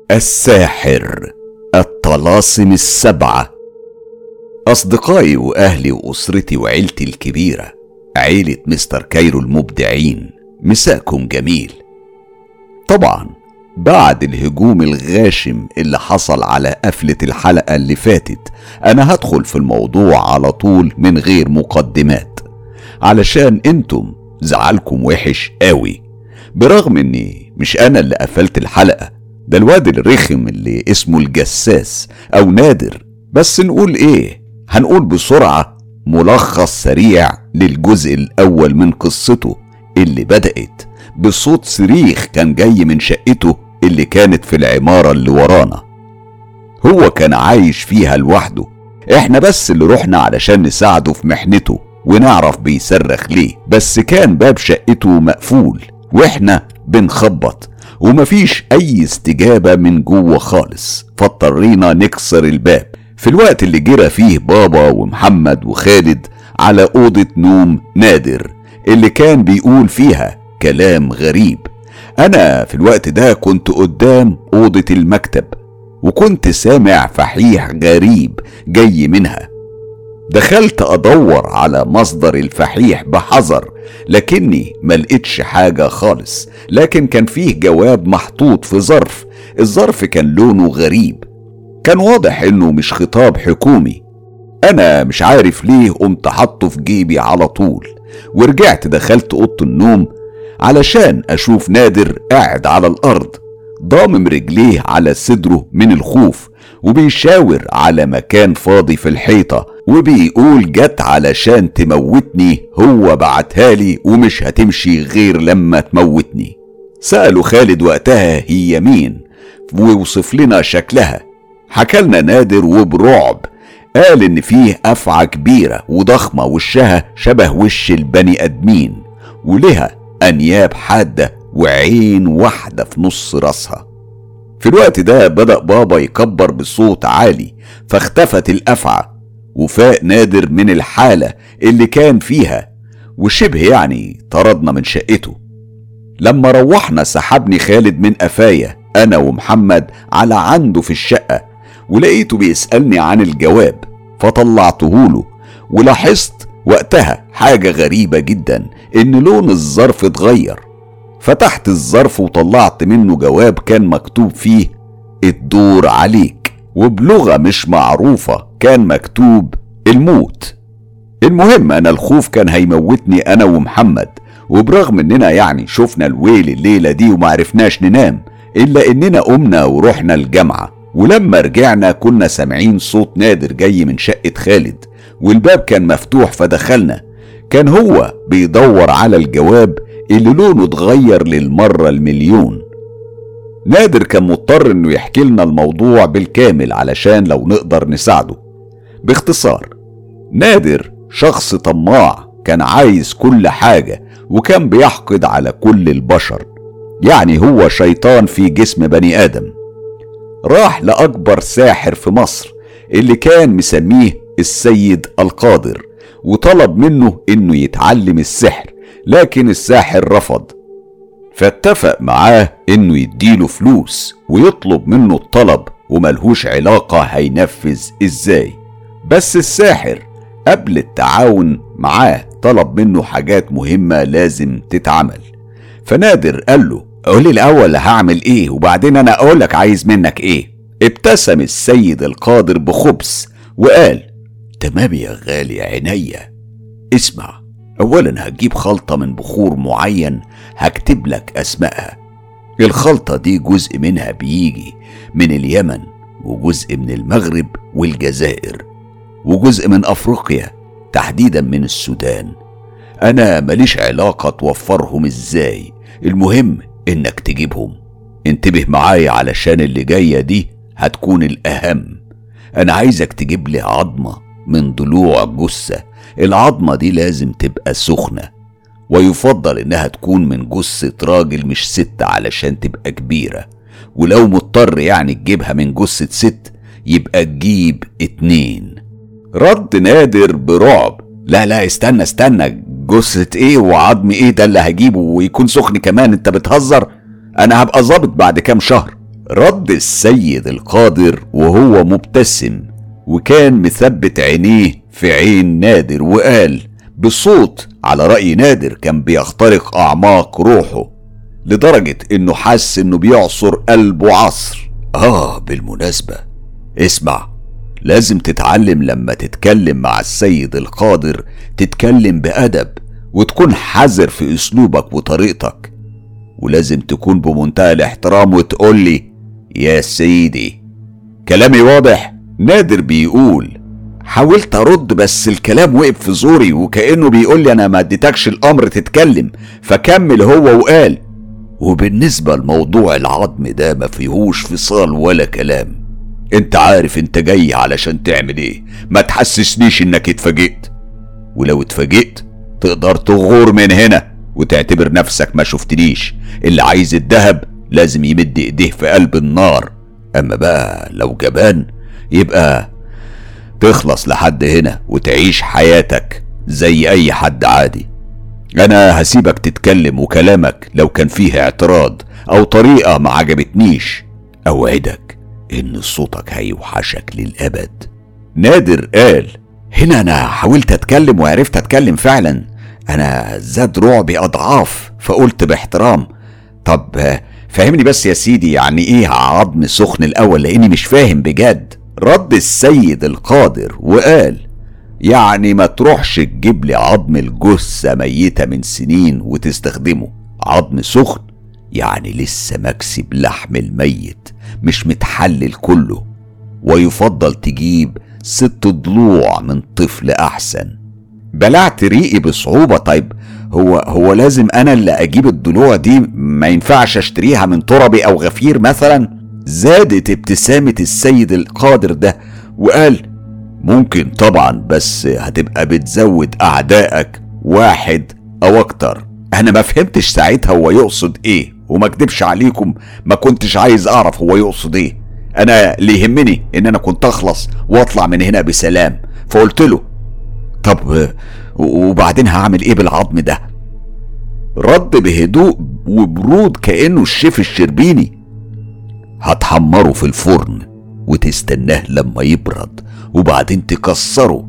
الساحر، الطلاسم السبعة. أصدقائي وأهلي وأسرتي وعيلتي الكبيرة، عيلة مستر كايرو المبدعين، مساءكم جميل. طبعا بعد الهجوم الغاشم اللي حصل على قفلة الحلقة اللي فاتت، أنا هدخل في الموضوع على طول من غير مقدمات، علشان انتم زعلكم وحش قوي، برغم اني مش أنا اللي قفلت الحلقة، ده الواد الرخم اللي اسمه الجساس او نادر. بس نقول ايه؟ هنقول بسرعة ملخص سريع للجزء الاول من قصته اللي بدأت بصوت صريخ كان جاي من شقته اللي كانت في العمارة اللي ورانا. هو كان عايش فيها لوحده، احنا بس اللي رحنا علشان نساعده في محنته ونعرف بيصرخ ليه، بس كان باب شقته مقفول واحنا بنخبط ومفيش اي استجابة من جوه خالص، فاضطرينا نكسر الباب في الوقت اللي جرى فيه بابا ومحمد وخالد على اوضة نوم نادر اللي كان بيقول فيها كلام غريب. انا في الوقت ده كنت قدام اوضة المكتب وكنت سامع فحيح غريب جاي منها. دخلت ادور على مصدر الفحيح بحذر، لكني ملقتش حاجة خالص، لكن كان فيه جواب محطوط في ظرف. الظرف كان لونه غريب، كان واضح انه مش خطاب حكومي. انا مش عارف ليه قمت حطه في جيبي على طول ورجعت دخلت اوضة النوم علشان اشوف نادر قاعد على الارض ضامم رجليه على صدره من الخوف وبيشاور على مكان فاضي في الحيطة وبيقول جت علشان تموتني، هو بعتها لي ومش هتمشي غير لما تموتني. سألوا خالد وقتها هي مين ووصف لنا شكلها. حكالنا نادر وبرعب قال ان فيه أفعى كبيرة وضخمة وشها شبه وش البني ادمين ولها انياب حادة وعين واحدة في نص راسها. في الوقت ده بدأ بابا يكبر بصوت عالي فاختفت الأفعى وفاق نادر من الحالة اللي كان فيها وشبه طردنا من شقته. لما روحنا سحبني خالد من قفايا أنا ومحمد على عنده في الشقة ولقيته بيسألني عن الجواب فطلعتهوله، ولاحظت وقتها حاجة غريبة جدا إن لون الظرف اتغير. فتحت الظرف وطلعت منه جواب كان مكتوب فيه الدور عليك، وبلغة مش معروفة كان مكتوب الموت. المهم انا الخوف كان هيموتني انا ومحمد، وبرغم اننا شفنا الويل الليلة دي ومعرفناش ننام، الا اننا قمنا ورحنا الجامعة، ولما رجعنا كنا سامعين صوت نادر جاي من شقة خالد والباب كان مفتوح فدخلنا. كان هو بيدور على الجواب اللي لونه اتغير للمرة المليون. نادر كان مضطر انه يحكي لنا الموضوع بالكامل علشان لو نقدر نساعده. باختصار، نادر شخص طماع كان عايز كل حاجة وكان بيحقد على كل البشر، هو شيطان في جسم بني آدم. راح لأكبر ساحر في مصر اللي كان مسميه السيد القادر وطلب منه انه يتعلم السحر، لكن الساحر رفض، فاتفق معاه انه يديله فلوس ويطلب منه الطلب وملهوش علاقة هينفذ ازاي. بس الساحر قبل التعاون معاه طلب منه حاجات مهمة لازم تتعمل. فنادر قال له قولي الاول هعمل ايه وبعدين انا اقولك عايز منك ايه. ابتسم السيد القادر بخبث وقال تمام يا غالي عينيا. اسمع، اولا هتجيب خلطة من بخور معين هكتب لك اسمائها. الخلطة دي جزء منها بيجي من اليمن وجزء من المغرب والجزائر وجزء من افريقيا تحديدا من السودان. انا ماليش علاقة توفرهم ازاي، المهم انك تجيبهم. انتبه معايا علشان اللي جاية دي هتكون الاهم. انا عايزك تجيب لي عظمة من ضلوع جثة، العظمة دي لازم تبقى سخنة ويفضل انها تكون من جثة راجل مش ست علشان تبقى كبيرة، ولو مضطر تجيبها من جثة ست يبقى تجيب 2. رد نادر برعب لا استنى جثة ايه وعظم ايه ده اللي هجيبه ويكون سخن كمان؟ انت بتهزر، انا هبقى ظابط بعد كام شهر. رد السيد القادر وهو مبتسم، وكان مثبت عينيه في عين نادر، وقال بصوت على رأي نادر كان بيخترق أعماق روحه لدرجة إنه حس إنه بيعصر قلبه عصر: بالمناسبة، اسمع، لازم تتعلم لما تتكلم مع السيد القادر تتكلم بأدب، وتكون حذر في أسلوبك وطريقتك، ولازم تكون بمنتهى الاحترام وتقول لي يا سيدي. كلامي واضح؟ نادر بيقول: حاولت ارد بس الكلام وقف في زوري، وكأنه بيقول لي انا ما اديتكش الامر تتكلم. فكمل هو وقال: وبالنسبة لموضوع العظم ده ما فيهوش فصال ولا كلام. انت عارف انت جاي علشان تعمل ايه، ما تحسسنيش انك اتفاجئت، ولو اتفاجئت تقدر تغور من هنا وتعتبر نفسك ما شفتنيش. اللي عايز الدهب لازم يمد ايديه في قلب النار، اما بقى لو جبان يبقى تخلص لحد هنا وتعيش حياتك زي اي حد عادي. انا هسيبك تتكلم، وكلامك لو كان فيه اعتراض او طريقة ما عجبتنيش اوعدك ان صوتك هيوحشك للابد. نادر قال: هنا انا حاولت اتكلم وعرفت اتكلم فعلا، انا زاد رعبي اضعاف، فقلت باحترام: طب فهمني بس يا سيدي، يعني ايه عظم سخن الاول، لاني مش فاهم بجد. رد السيد القادر وقال: يعني ما تروحش تجيب لي عظم الجثة ميتة من سنين وتستخدمه. عظم سخن يعني لسه مكسي بلحم الميت، مش متحلل كله، ويفضل تجيب 6 ضلوع من طفل احسن. بلعت ريقي بصعوبة. طيب هو لازم انا اللي اجيب الضلوع دي؟ ما ينفعش اشتريها من تربي او غفير مثلا؟ زادت ابتسامة السيد القادر ده وقال: ممكن طبعا، بس هتبقى بتزود اعدائك 1 أو اكتر. انا ما فهمتش ساعتها هو يقصد ايه، وما اكدبش عليكم ما كنتش عايز اعرف هو يقصد ايه. انا اللي يهمني ان انا كنت اخلص واطلع من هنا بسلام. فقلت له: طب وبعدين هعمل ايه بالعظم ده؟ رد بهدوء وبرود كأنه الشيف الشربيني: هتحمره في الفرن وتستناه لما يبرد، وبعدين تكسره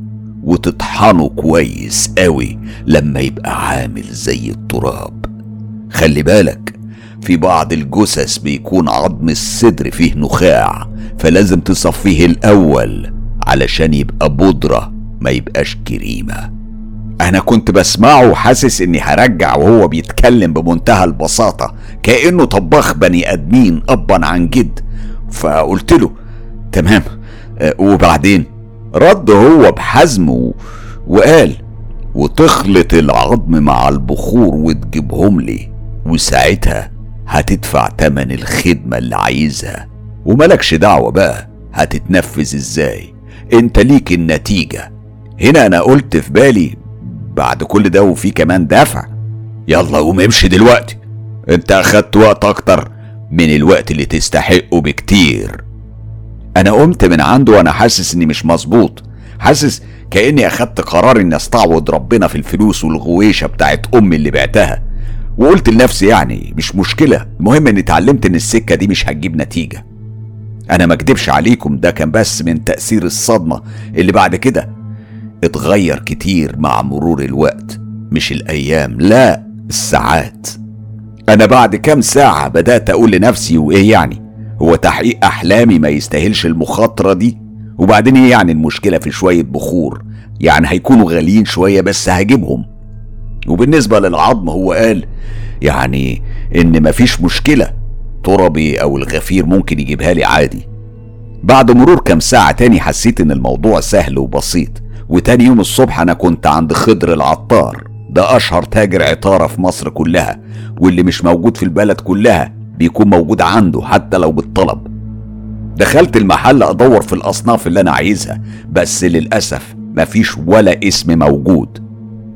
وتطحنه كويس قوي لما يبقى عامل زي التراب. خلي بالك، في بعض الجثث بيكون عظم الصدر فيه نخاع، فلازم تصفيه الاول علشان يبقى بودرة ما يبقاش كريمة. انا كنت بسمعه وحاسس اني هرجع وهو بيتكلم بمنتهى البساطة كأنه طباخ بني ادمين ابا عن جد. فقلت له: تمام، وبعدين؟ رد هو بحزم وقال: وتخلط العظم مع البخور وتجيبهم لي، وساعتها هتدفع تمن الخدمة اللي عايزها، وملكش دعوة بقى هتتنفذ ازاي، انت ليك النتيجة. هنا انا قلت في بالي: بعد كل ده وفي كمان دفع؟ يلا قوم امشي دلوقتي، انت اخدت وقت اكتر من الوقت اللي تستحقه بكتير. انا قمت من عنده وانا حاسس اني مش مظبوط، حاسس كأني اخدت قرار اني استعوض ربنا في الفلوس والغويشة بتاعت امي اللي بعتها، وقلت لنفسي يعني مش مشكلة، المهم اني اتعلمت ان السكة دي مش هتجيب نتيجة. انا ما اكدبش عليكم، ده كان بس من تأثير الصدمة اللي بعد كده اتغير كتير مع مرور الوقت، مش الايام، لا الساعات. انا بعد كام ساعة بدأت اقول لنفسي: وايه يعني، هو تحقيق احلامي ما يستاهلش المخاطرة دي؟ وبعدين ايه يعني المشكلة في شوية بخور؟ يعني هيكونوا غاليين شوية بس هجيبهم. وبالنسبة للعظم هو قال يعني ان مفيش مشكلة، تربي او الغفير ممكن يجيبها لي عادي. بعد مرور كام ساعة تاني حسيت ان الموضوع سهل وبسيط، وتاني يوم الصبح انا كنت عند خضر العطار، ده اشهر تاجر عطارة في مصر كلها، واللي مش موجود في البلد كلها بيكون موجود عنده حتى لو بالطلب. دخلت المحل ادور في الاصناف اللي انا عايزها، بس للأسف مفيش ولا اسم موجود.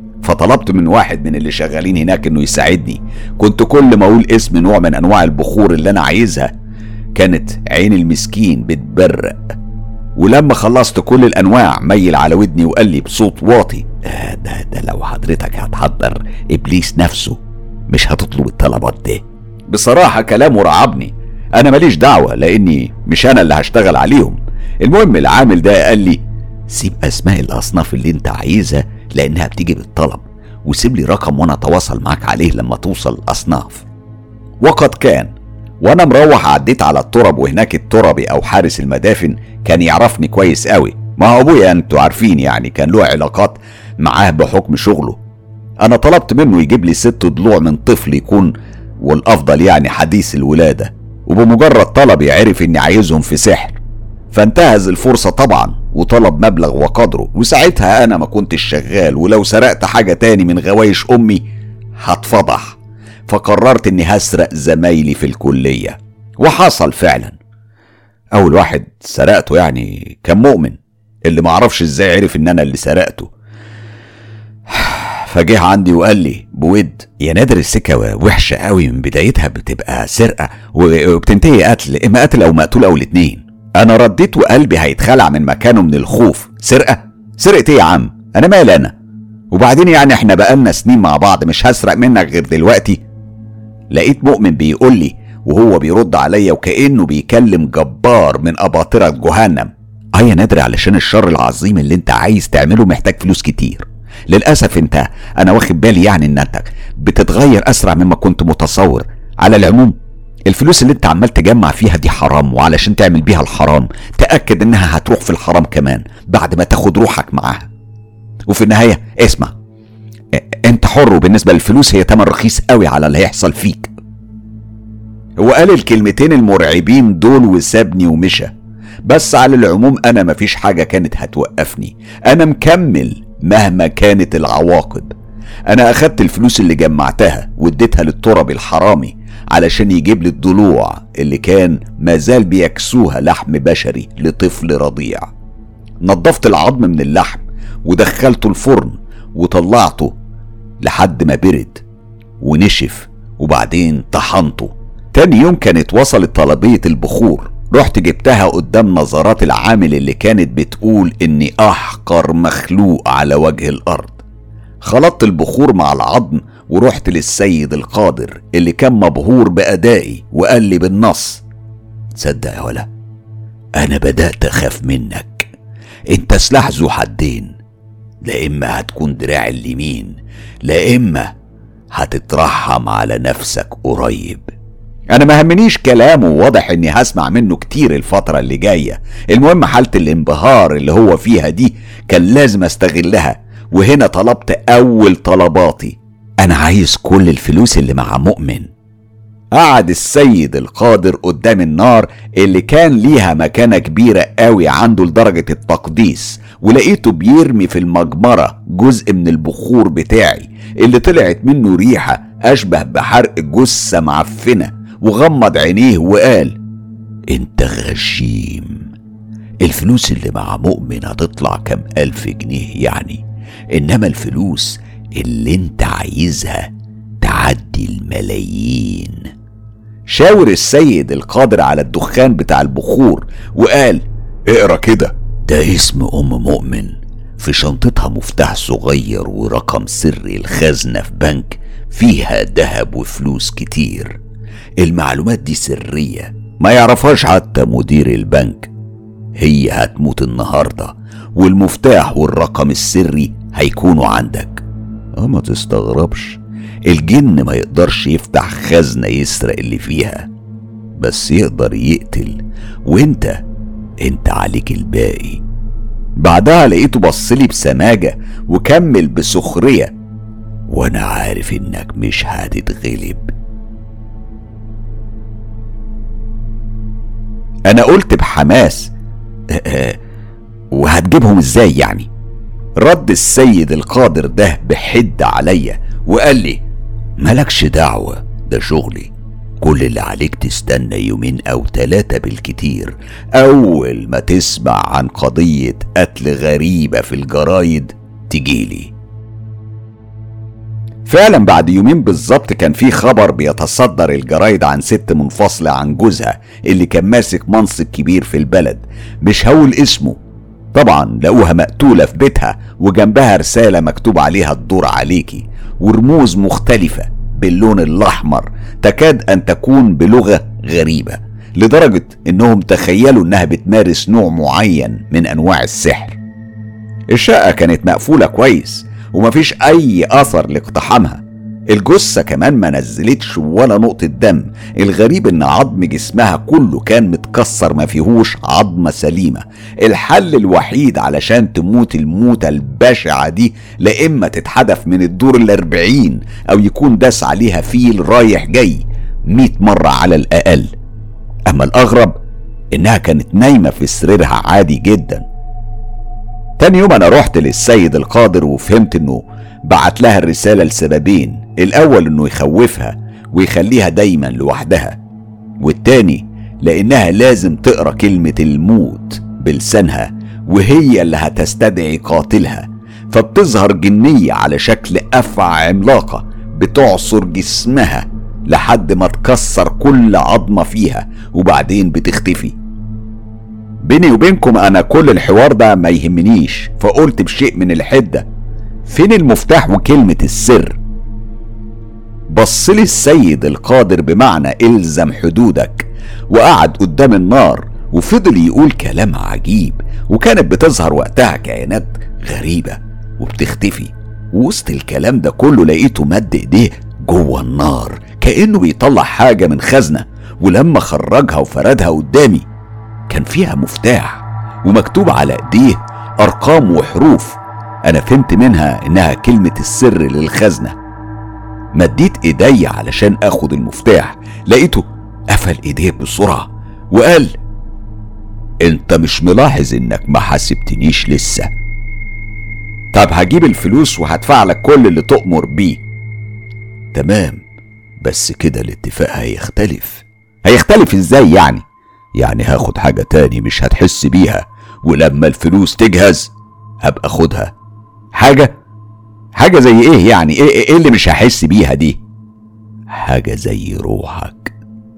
فطلبت من واحد من اللي شغالين هناك انه يساعدني. كنت كل ما اقول اسم نوع من انواع البخور اللي انا عايزها كانت عين المسكين بتبرق، ولما خلصت كل الانواع ميل على ودني وقال لي بصوت واطي: ده لو حضرتك هتحضر ابليس نفسه مش هتطلب الطلبات دي. بصراحة كلامه رعبني، انا ماليش دعوة لاني مش انا اللي هشتغل عليهم. المهم العامل ده قال لي سيب اسماء الاصناف اللي انت عايزها لانها بتيجي بالطلب، وسيب لي رقم وانا اتواصل معاك عليه لما توصل الاصناف. وقد كان، وانا مروح عديت على الترب، وهناك التربي او حارس المدافن كان يعرفني كويس قوي، ما هو ابويا انتوا عارفين يعني كان له علاقات معاه بحكم شغله. انا طلبت منه يجيب لي 6 ضلوع من طفل يكون والافضل يعني حديث الولادة، وبمجرد طلبي عرف اني عايزهم في سحر، فانتهز الفرصة طبعا وطلب مبلغ وقدره. وساعتها انا ما كنتش شغال، ولو سرقت حاجة تاني من غوايش امي هتفضح، فقررت اني هسرق زمايلي في الكلية. وحصل فعلا. اول واحد سرقته يعني كان مؤمن، اللي معرفش ازاي عرف ان انا اللي سرقته. فجه عندي وقال لي بود يا نادر، السكة وحشة قوي، من بدايتها بتبقى سرقة وبتنتهي قتل، اما قتل او مقتول او الاتنين. انا رديت وقلبي هيتخلع من مكانه من الخوف. سرقة؟ سرقة ايه يا عم؟ انا مالي انا؟ وبعدين يعني احنا بقالنا سنين مع بعض، مش هسرق منك غير دلوقتي؟ لقيت مؤمن بيقول لي وهو بيرد عليا وكأنه بيكلم جبار من اباطرة جهنم، يا نادر علشان الشر العظيم اللي انت عايز تعمله محتاج فلوس كتير. للأسف انا واخد بالي يعني انك بتتغير اسرع مما كنت متصور. على العموم الفلوس اللي انت عمال تجمع فيها دي حرام، وعلشان تعمل بيها الحرام تأكد انها هتروح في الحرام كمان بعد ما تاخد روحك معاها. وفي النهاية اسمع، انت حر، وبالنسبة للفلوس هي تمن رخيص قوي على اللي هيحصل فيك. هو قال الكلمتين المرعبين دول وسابني ومشى. بس على العموم انا مفيش حاجة كانت هتوقفني، انا مكمل مهما كانت العواقب. انا اخدت الفلوس اللي جمعتها واديتها للتربي الحرامي علشان يجيب لي الضلوع اللي كان مازال بيكسوها لحم بشري لطفل رضيع. نضفت العظم من اللحم ودخلته الفرن وطلعته لحد ما برد ونشف، وبعدين طحنته. تاني يوم كانت وصلت طلبية البخور، رحت جبتها قدام نظرات العامل اللي كانت بتقول اني احقر مخلوق على وجه الارض. خلطت البخور مع العظم ورحت للسيد القادر اللي كان مبهور بأدائي وقال لي بالنص تصدق يا ولا، انا بدأت اخاف منك، انت سلاح ذو حدين، لا اما هتكون دراع اليمين لا اما هتترحم على نفسك قريب. انا ما همنيش كلامه، واضح اني هسمع منه كتير الفترة اللي جاية. المهم حالة الانبهار اللي هو فيها دي كان لازم استغلها، وهنا طلبت اول طلباتي، انا عايز كل الفلوس اللي مع مؤمن. قعد السيد القادر قدام النار اللي كان ليها مكانة كبيرة قوي عنده لدرجة التقديس، ولقيته بيرمي في المجمرة جزء من البخور بتاعي اللي طلعت منه ريحة اشبه بحرق جثة معفنة، وغمض عينيه وقال انت غشيم، الفلوس اللي مع مؤمن هتطلع كم 1000 جنيه يعني، انما الفلوس اللي انت عايزها تعدي الملايين. شاور السيد القادر على الدخان بتاع البخور وقال اقرا كده، ده اسم مؤمن، في شنطتها مفتاح صغير ورقم سري الخزنة في بنك فيها ذهب وفلوس كتير. المعلومات دي سرية ما يعرفهاش حتى مدير البنك. هي هتموت النهاردة والمفتاح والرقم السري هيكونوا عندك. ما تستغربش، الجن ما يقدرش يفتح خزنة يسرق اللي فيها، بس يقدر يقتل، وانت عليك الباقي. بعدها لقيته بصلي بسماجة وكمل بسخرية، وانا عارف انك مش هتتغلب. انا قلت بحماس وهتجيبهم ازاي يعني؟ رد السيد القادر ده بحد عليا وقال لي مالكش دعوة، ده شغلي، كل اللي عليك تستنى 2 أو 3 بالكتير، اول ما تسمع عن قضية قتل غريبة في الجرايد تجيلي. فعلا بعد 2 بالظبط كان في خبر بيتصدر الجرايد عن ست منفصلة عن جوزها اللي كان ماسك منصب كبير في البلد، مش هقول اسمه طبعا. لقوها مقتولة في بيتها وجنبها رسالة مكتوب عليها الدور عليكي، ورموز مختلفة باللون الأحمر تكاد أن تكون بلغة غريبة. لدرجة انهم تخيلوا انها بتمارس نوع معين من انواع السحر. الشقة كانت مقفولة كويس ومفيش اي اثر لاقتحامها. الجثة كمان ما نزلتش ولا نقطة دم. الغريب ان عظم جسمها كله كان متكسر، ما فيهوش عظمة سليمة. الحل الوحيد علشان تموت الموتة البشعة دي لا اما تتحدف من الدور 40 او يكون داس عليها فيل رايح جاي 100 مرة على الاقل. اما الاغرب انها كانت نايمة في سريرها عادي جدا. تاني يوم انا رحت للسيد القادر وفهمت انه بعت لها الرسالة لسببين: الاول انه يخوفها ويخليها دايما لوحدها، والتاني لانها لازم تقرأ كلمة الموت بلسانها وهي اللي هتستدعي قاتلها. فبتظهر جنية على شكل افعى عملاقة بتعصر جسمها لحد ما تكسر كل عظمة فيها وبعدين بتختفي. بيني وبينكم انا كل الحوار ده ما يهمنيش، فقلت بشيء من الحدة: فين المفتاح وكلمة السر؟ بصلي السيد القادر بمعنى الزم حدودك، وقعد قدام النار وفضل يقول كلام عجيب. وكانت بتظهر وقتها كائنات غريبة وبتختفي. وسط الكلام ده كله لقيته مد ايديه جوه النار كأنه بيطلع حاجة من خزنة، ولما خرجها وفردها قدامي كان فيها مفتاح ومكتوب على ايديه ارقام وحروف. انا فهمت منها انها كلمة السر للخزنة. مديت ايدي علشان اخد المفتاح، لقيته قفل ايديه بسرعة وقال: انت مش ملاحظ انك ما حاسبتنيش لسه؟ طب هجيب الفلوس وهدفع لك كل اللي تؤمر بيه. تمام، بس كده الاتفاق هيختلف. هيختلف ازاي يعني؟ يعني هاخد حاجة تاني مش هتحس بيها، ولما الفلوس تجهز هبقى خدها. حاجة زي ايه يعني؟ ايه اللي مش هحس بيها دي؟ حاجة زي روحك.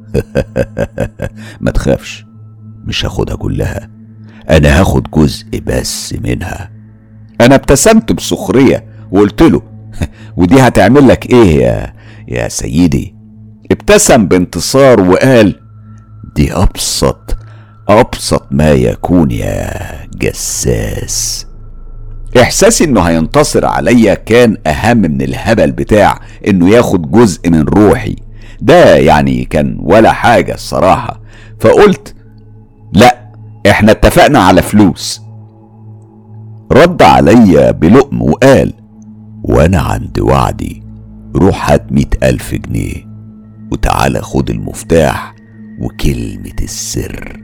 ما تخافش، مش هاخدها كلها، انا هاخد جزء بس منها. انا ابتسمت بسخرية وقلت له: ودي هتعمل لك ايه يا سيدي؟ ابتسم بانتصار وقال: دي ابسط ما يكون يا جساس. احساسي انه هينتصر عليا كان اهم من الهبل بتاع انه ياخد جزء من روحي ده، يعني كان ولا حاجة الصراحة. فقلت: لا، احنا اتفقنا على فلوس. رد عليا بلقم وقال: وانا عند وعدي، روح هات 100,000 جنيه وتعالى خد المفتاح وكلمة السر.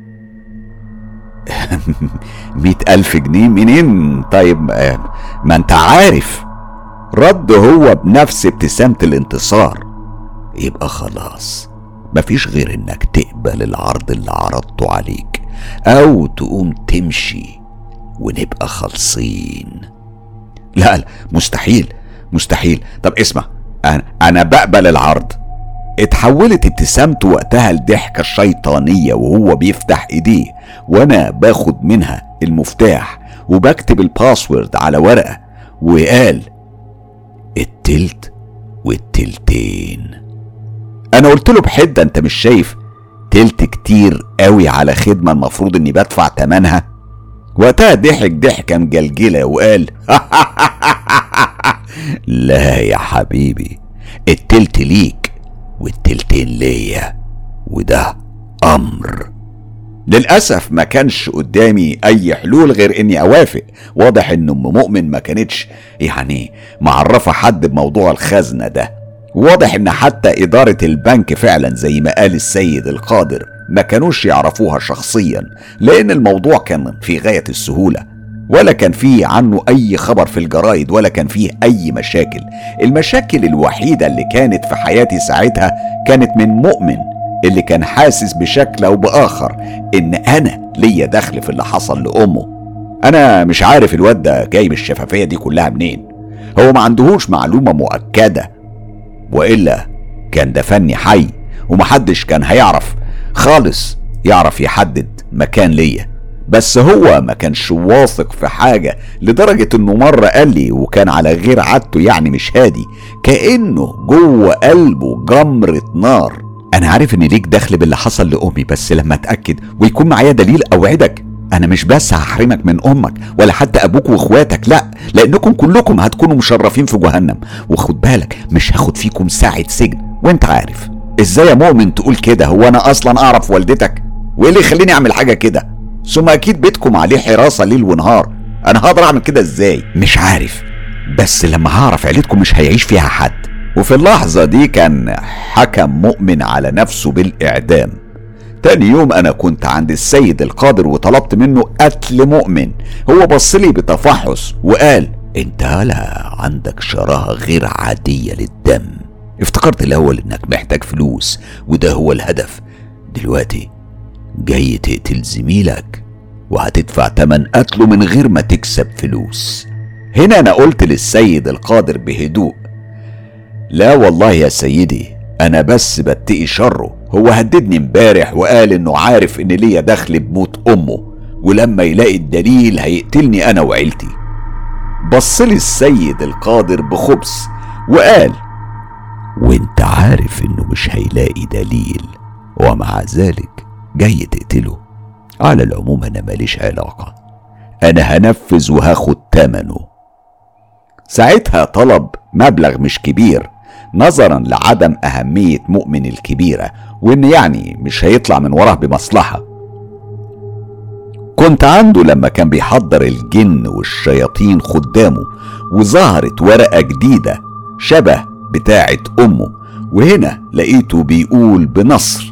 100,000 جنيه منين؟ طيب ما انت عارف. رد هو بنفس ابتسامة الانتصار: يبقى خلاص، مفيش غير انك تقبل العرض اللي عرضته عليك او تقوم تمشي ونبقى خالصين. لا، مستحيل. طب اسمع، انا بقبل العرض. اتحولت ابتسامته وقتها لضحكة شيطانية وهو بيفتح ايديه وانا باخد منها المفتاح وبكتب الباسورد على ورقة، وقال: التلت والتلتين. انا قلت له بحدة: انت مش شايف تلت كتير قوي على خدمة المفروض اني بدفع تمنها؟ وقتها ضحك ضحكة مجلجلة وقال: لا يا حبيبي، التلت ليك والتلتين ليا، وده امر. للأسف ما كانش قدامي اي حلول غير اني اوافق. واضح ان ام مؤمن ما كانتش يعني معرفة حد بموضوع الخزنة ده. واضح ان حتى ادارة البنك فعلا زي ما قال السيد القادر ما كانوش يعرفوها شخصيا، لان الموضوع كان في غاية السهولة، ولا كان فيه عنه اي خبر في الجرايد، ولا كان فيه اي مشاكل. المشاكل الوحيدة اللي كانت في حياتي ساعتها كانت من مؤمن، اللي كان حاسس بشكل او باخر ان انا ليا دخل في اللي حصل لامه. انا مش عارف الواد ده جايب الشفافية دي كلها منين. هو ما عندهوش معلومة مؤكدة، وإلا كان ده فني حي ومحدش كان هيعرف خالص يعرف يحدد مكان ليا. بس هو ما كانش واثق في حاجة لدرجة انه مرة قال لي، وكان على غير عادته يعني مش هادي، كأنه جوه قلبه جمرة نار: انا عارف ان ليك دخل باللي حصل لامي، بس لما اتاكد ويكون معايا دليل اوعدك انا مش بس هحرمك من امك ولا حتى ابوك واخواتك، لا، لانكم كلكم هتكونوا مشرفين في جهنم. وخد بالك مش هاخد فيكم ساعة سجن. وانت عارف ازاي يا مؤمن تقول كده؟ هو انا اصلا اعرف والدتك؟ وايه اللي يخليني اعمل حاجة كده؟ ثم اكيد بيتكم عليه حراسة ليل ونهار، انا هقدر اعمل كده ازاي؟ مش عارف، بس لما هعرف عيلتكم مش هيعيش فيها حد. وفي اللحظة دي كان حكم مؤمن على نفسه بالاعدام. تاني يوم انا كنت عند السيد القادر وطلبت منه قتل مؤمن. هو بصلي بتفحص وقال: انت لا عندك شراهة غير عادية للدم. افتكرت الاول انك محتاج فلوس وده هو الهدف، دلوقتي جاي تقتل زميلك وهتدفع تمن قتله من غير ما تكسب فلوس. هنا انا قلت للسيد القادر بهدوء: لا والله يا سيدي، انا بس بتقي شره. هو هددني امبارح وقال انه عارف ان ليا دخل بموت امه، ولما يلاقي الدليل هيقتلني انا وعيلتي. بصلي السيد القادر بخبث وقال: وانت عارف انه مش هيلاقي دليل ومع ذلك جاي تقتله؟ على العموم انا ماليش علاقة، انا هنفذ وهاخد تمنه. ساعتها طلب مبلغ مش كبير نظرا لعدم اهمية مؤمن الكبيرة، وان يعني مش هيطلع من وراه بمصلحة. كنت عنده لما كان بيحضر الجن والشياطين خدامه، وظهرت ورقة جديدة شبه بتاعة امه، وهنا لقيته بيقول بنصر: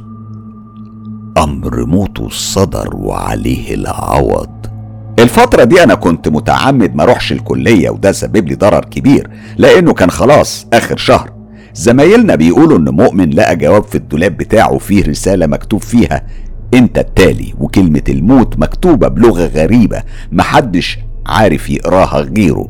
امر موته صدر وعليه العوض. الفترة دي انا كنت متعمد ما اروحش الكلية، وده سبب لي ضرر كبير لانه كان خلاص اخر شهر. زمايلنا بيقولوا ان مؤمن لقى جواب في الدولاب بتاعه فيه رسالة مكتوب فيها: انت التالي، وكلمة الموت مكتوبة بلغة غريبة محدش عارف يقراها غيره.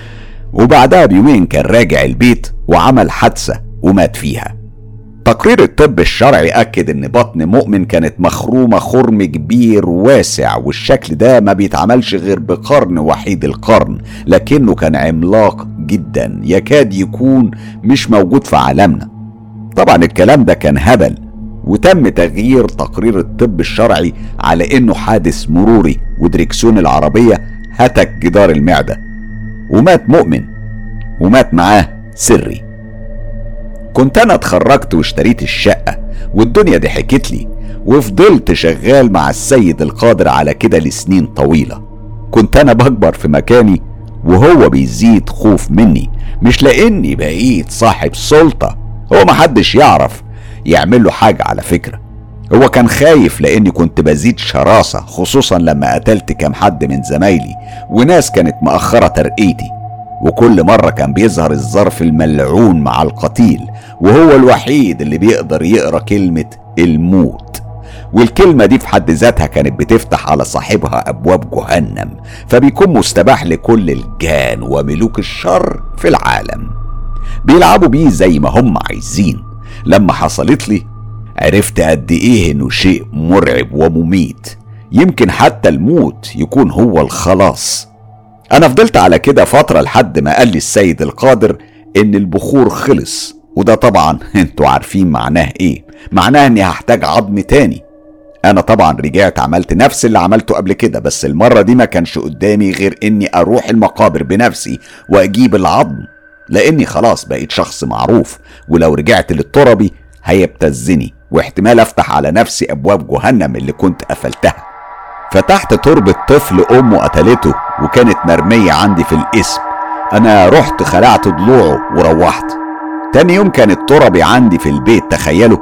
وبعدها بيومين كان راجع البيت وعمل حادثة ومات فيها. تقرير الطب الشرعي أكد ان بطن مؤمن كانت مخرومة خرم كبير واسع، والشكل ده ما بيتعملش غير بقرن وحيد القرن، لكنه كان عملاق جدا يكاد يكون مش موجود في عالمنا. طبعا الكلام ده كان هبل، وتم تغيير تقرير الطب الشرعي على انه حادث مروري، ودريكسيون العربية هتك جدار المعدة ومات مؤمن، ومات معاه سري. كنت انا اتخرجت واشتريت الشقة والدنيا دي حكت لي، وفضلت شغال مع السيد القادر على كده لسنين طويلة. كنت انا بكبر في مكاني وهو بيزيد خوف مني، مش لاني بقيت صاحب سلطة، هو محدش يعرف يعمل له حاجة على فكرة. هو كان خايف لاني كنت بزيد شراسة، خصوصا لما قتلت كام حد من زمايلي وناس كانت مأخرة ترقيتي. وكل مرة كان بيظهر الظرف الملعون مع القتيل، وهو الوحيد اللي بيقدر يقرأ كلمة الموت، والكلمة دي في حد ذاتها كانت بتفتح على صاحبها أبواب جهنم، فبيكون مستباح لكل الجان وملوك الشر في العالم، بيلعبوا بيه زي ما هم عايزين. لما حصلت لي عرفت قد ايه انه شيء مرعب ومميت، يمكن حتى الموت يكون هو الخلاص. انا فضلت على كده فترة لحد ما قال لي السيد القادر ان البخور خلص، وده طبعا انتوا عارفين معناه ايه، معناه اني هحتاج عظم تاني. انا طبعا رجعت عملت نفس اللي عملته قبل كده، بس المرة دي ما كانش قدامي غير اني اروح المقابر بنفسي واجيب العظم، لاني خلاص بقيت شخص معروف، ولو رجعت للتربي هيبتزني واحتمال افتح على نفسي ابواب جهنم اللي كنت قفلتها. فتحت تربة طفل امه قتلته وكانت مرمية عندي في القسم. انا رحت خلعت ضلوعه وروحت. تاني يوم كانت تربي عندي في البيت. تخيلوا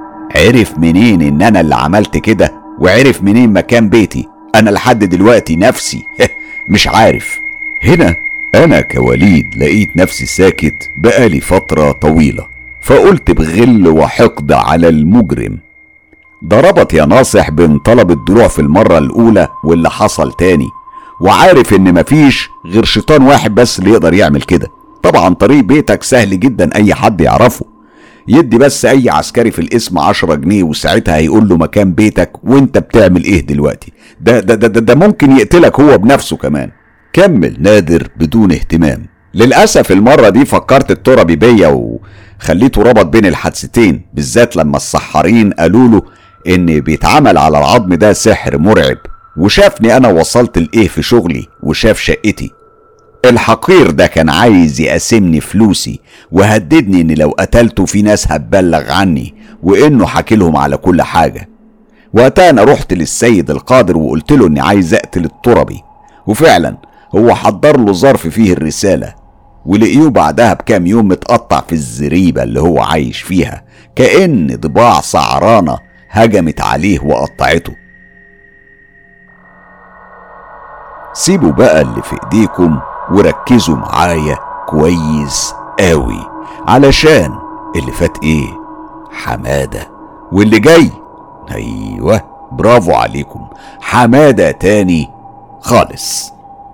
عرف منين ان انا اللي عملت كده، وعرف منين مكان بيتي. انا لحد دلوقتي نفسي مش عارف. هنا انا كوليد لقيت نفسي ساكت بقالي فترة طويلة، فقلت بغل وحقد على المجرم: ضربت يا ناصح بين طلب الضلوع في المرة الاولى واللي حصل تاني، وعارف ان مفيش غير شيطان واحد بس اللي يقدر يعمل كده. طبعا طريق بيتك سهل جدا اي حد يعرفه، يدي بس اي عسكري في القسم 10 جنيه وساعتها هيقول له مكان بيتك وانت بتعمل ايه دلوقتي. ده ممكن يقتلك هو بنفسه كمان. كمل نادر بدون اهتمام. للأسف المرة دي فكرت التربي بيا خليته ربط بين الحادثتين، بالذات لما السحارين قالوا له ان بيتعمل على العظم ده سحر مرعب، وشافني انا وصلت لايه في شغلي وشاف شقتي. الحقير ده كان عايز يقسمني فلوسي وهددني ان لو قتلته في ناس هتبلغ عني، وانه حكي لهم على كل حاجة. وقتها انا رحت للسيد القادر وقلت له اني عايز اقتل التربي، وفعلا هو حضر له ظرف فيه الرسالة، ولقيه بعدها بكام يوم متقطع في الزريبة اللي هو عايش فيها، كأن ضباع سعرانة هجمت عليه وقطعته. سيبوا بقى اللي في ايديكم وركزوا معايا كويس قوي، علشان اللي فات ايه حمادة، واللي جاي ايوه برافو عليكم حمادة تاني خالص.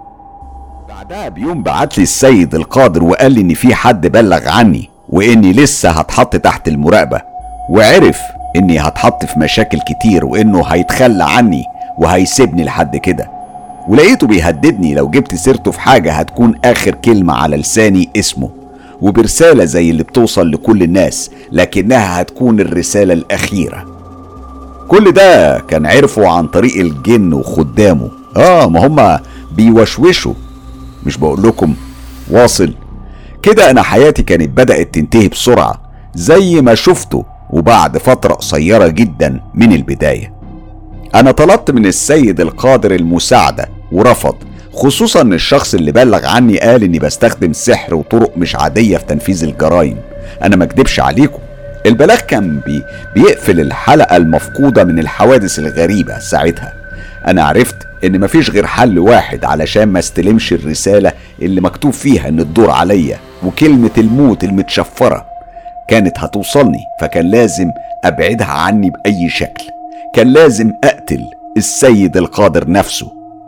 بعدها بيوم بعتلي السيد القادر وقال لي ان في حد بلغ عني، واني لسه هتحط تحت المراقبة، وعرف اني هتحط في مشاكل كتير، وانه هيتخلى عني وهيسيبني لحد كده. ولقيته بيهددني لو جبت سيرته في حاجة هتكون اخر كلمة على لساني اسمه، وبرسالة زي اللي بتوصل لكل الناس لكنها هتكون الرسالة الاخيرة. كل ده كان عرفه عن طريق الجن وخدامه. ما هما بيوشوشوا، مش بقول لكم؟ واصل كده انا حياتي كانت بدأت تنتهي بسرعة زي ما شفته، وبعد فترة قصيرة جدا من البداية. انا طلبت من السيد القادر المساعدة ورفض، خصوصا ان الشخص اللي بلغ عني قال اني بستخدم سحر وطرق مش عادية في تنفيذ الجرائم. انا ما اكدبش عليكم، البلاغ كان بيقفل الحلقة المفقودة من الحوادث الغريبة. ساعتها انا عرفت ان مفيش غير حل واحد علشان ما استلمش الرسالة اللي مكتوب فيها ان الدور عليا، وكلمة الموت المتشفرة كانت هتوصلني، فكان لازم ابعدها عني باي شكل. كان لازم اقتل السيد القادر نفسه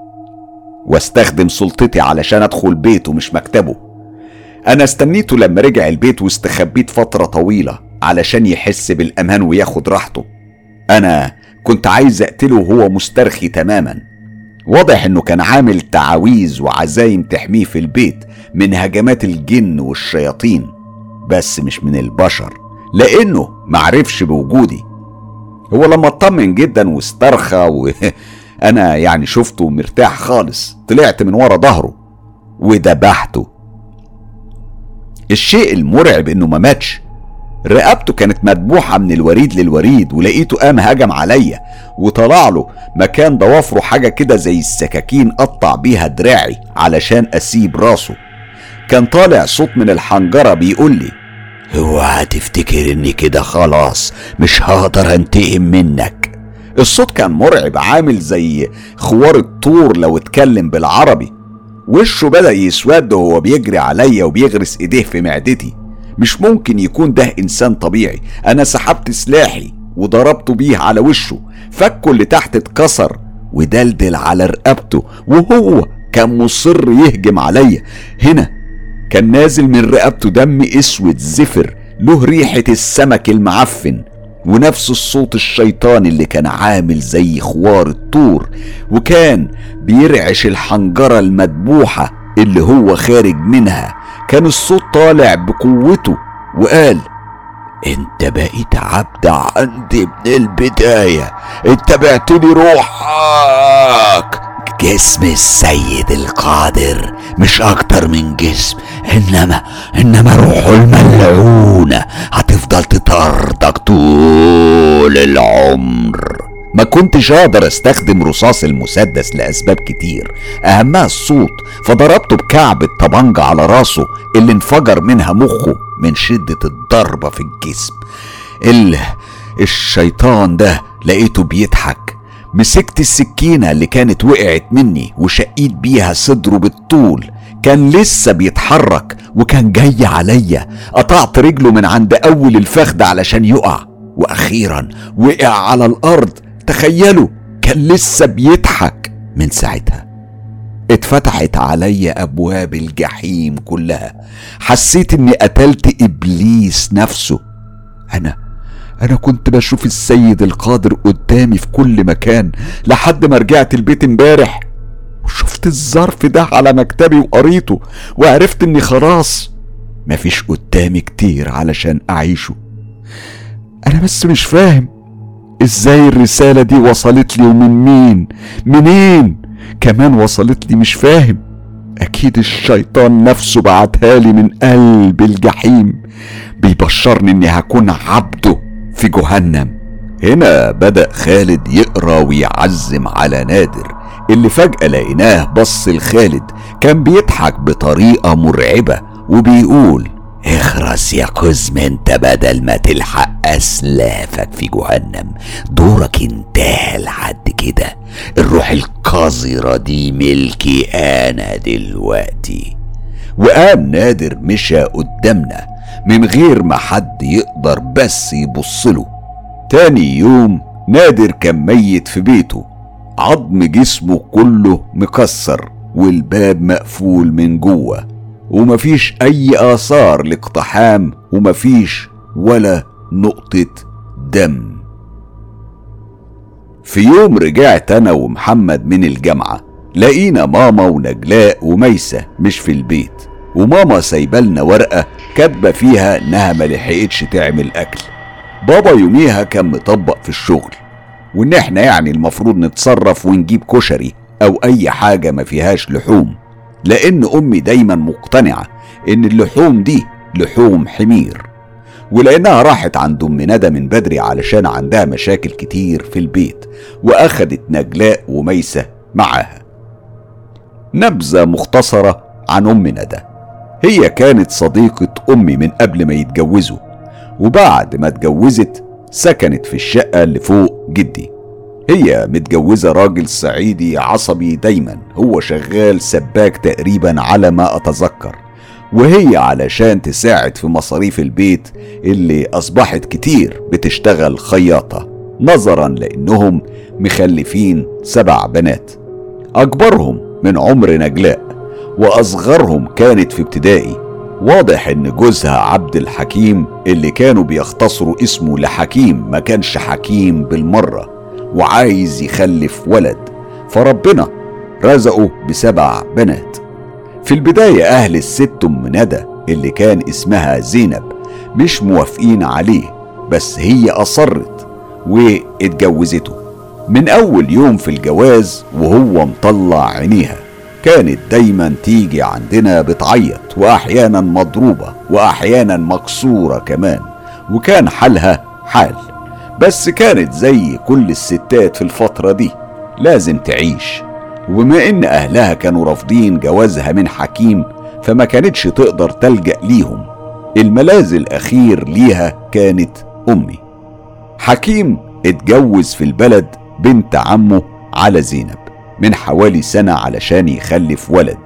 واستخدم سلطتي علشان ادخل بيته مش مكتبه. انا استنيته لما رجع البيت واستخبيت فترة طويلة علشان يحس بالامان وياخد راحته. انا كنت عايز اقتله وهو مسترخي تماما. واضح انه كان عامل تعاويذ وعزايم تحميه في البيت من هجمات الجن والشياطين، بس مش من البشر، لانه معرفش بوجودي. هو لما اطمن جدا واسترخى انا يعني شفته مرتاح خالص، طلعت من ورا ظهره وذبحته. الشيء المرعب انه ما ماتش، رقبته كانت مدبوحة من الوريد للوريد، ولقيته قام هجم عليا وطلع له مكان ضوافره حاجة كده زي السكاكين قطع بيها دراعي علشان اسيب راسه. كان طالع صوت من الحنجرة بيقول لي اوعى تفتكر اني كده خلاص مش هقدر انتقم منك. الصوت كان مرعب، عامل زي خوار الطور لو اتكلم بالعربي. وشه بدأ يسود وهو بيجري عليا وبيغرس ايديه في معدتي. مش ممكن يكون ده انسان طبيعي. انا سحبت سلاحي وضربته بيه على وشه، فكه اللي تحت اتكسر ودلدل على رقبته، وهو كان مصر يهجم عليا. هنا كان نازل من رقبته دم اسود زفر له ريحة السمك المعفن، ونفس الصوت الشيطاني اللي كان عامل زي خوار الطور، وكان بيرعش الحنجرة المدبوحة اللي هو خارج منها. كان الصوت طالع بقوته وقال انت بقيت عبد عندي من البداية، انت بعتني روحك. جسم السيد القادر مش اكتر من جسم، انما روحه الملعونة هتفضل تطاردك طول العمر. ما كنتش اقدر استخدم رصاص المسدس لاسباب كتير، اهمها الصوت، فضربته بكعب الطبنجة على راسه اللي انفجر منها مخه من شدة الضربة في الجسم. الشيطان ده لقيته بيضحك. مسكت السكينة اللي كانت وقعت مني وشقيت بيها صدره بالطول. كان لسه بيتحرك وكان جاي عليا. قطعت رجله من عند اول الفخذ علشان يقع، واخيرا وقع على الارض. تخيلوا، كان لسه بيضحك. من ساعتها اتفتحت عليا ابواب الجحيم كلها. حسيت اني قتلت ابليس نفسه. انا كنت بشوف السيد القادر قدامي في كل مكان لحد ما رجعت البيت امبارح وشفت الظرف ده على مكتبي وقريته، وعرفت اني خلاص مفيش قدامي كتير علشان أعيشه. أنا بس مش فاهم إزاي الرسالة دي وصلت لي ومن منين كمان وصلت لي، مش فاهم. أكيد الشيطان نفسه بعتها لي من قلب الجحيم، بيبشرني إني هكون عبده في جهنم. هنا بدأ خالد يقرأ ويعزم على نادر، اللي فجأة لقيناه بص لخالد كان بيضحك بطريقة مرعبة وبيقول: اخرس يا كزم، انت بدل ما تلحق أسلافك في جهنم دورك انتهى لحد كده. الروح القذرة دي ملكي أنا دلوقتي. وقام نادر مشى قدامنا من غير ما حد يقدر بس يبصله. تاني يوم نادر كان ميت في بيته، عظم جسمه كله مكسر والباب مقفول من جوه، ومفيش اي آثار لاقتحام ومفيش ولا نقطة دم. في يوم رجعت انا ومحمد من الجامعة، لقينا ماما ونجلاء وميسة مش في البيت، وماما سايبالنا ورقة كاتبة فيها انها ملحقتش تعمل اكل. بابا يوميها كان مطبق في الشغل، وان احنا يعني المفروض نتصرف ونجيب كشري او اي حاجة ما فيهاش لحوم، لان امي دايما مقتنعة ان اللحوم دي لحوم حمير، ولانها راحت عند ام ندى من بدري علشان عندها مشاكل كتير في البيت، واخدت نجلاء وميسة معاها. نبذة مختصرة عن ام ندى: هي كانت صديقة امي من قبل ما يتجوزوا، وبعد ما اتجوزت سكنت في الشقة اللي فوق جدي. هي متجوزة راجل صعيدي عصبي دايما، هو شغال سباك تقريبا على ما أتذكر، وهي علشان تساعد في مصاريف البيت اللي أصبحت كتير بتشتغل خياطة، نظرا لأنهم مخلفين 7 بنات، أكبرهم من عمر نجلاء وأصغرهم كانت في ابتدائي. واضح ان جوزها عبد الحكيم اللي كانوا بيختصروا اسمه لحكيم ما كانش حكيم بالمرة، وعايز يخلف ولد، فربنا رزقه ب7 بنات. في البداية اهل الست ام ندى اللي كان اسمها زينب مش موافقين عليه، بس هي اصرت واتجوزته. من اول يوم في الجواز وهو مطلع عينيها، كانت دايما تيجي عندنا بتعيط، واحيانا مضروبة واحيانا مكسورة كمان، وكان حالها حال، بس كانت زي كل الستات في الفترة دي لازم تعيش. وبما ان اهلها كانوا رافضين جوازها من حكيم، فما كانتش تقدر تلجأ ليهم. الملاذ الاخير ليها كانت امي. حكيم اتجوز في البلد بنت عمه على زينب من حوالي سنة علشان يخلف ولد.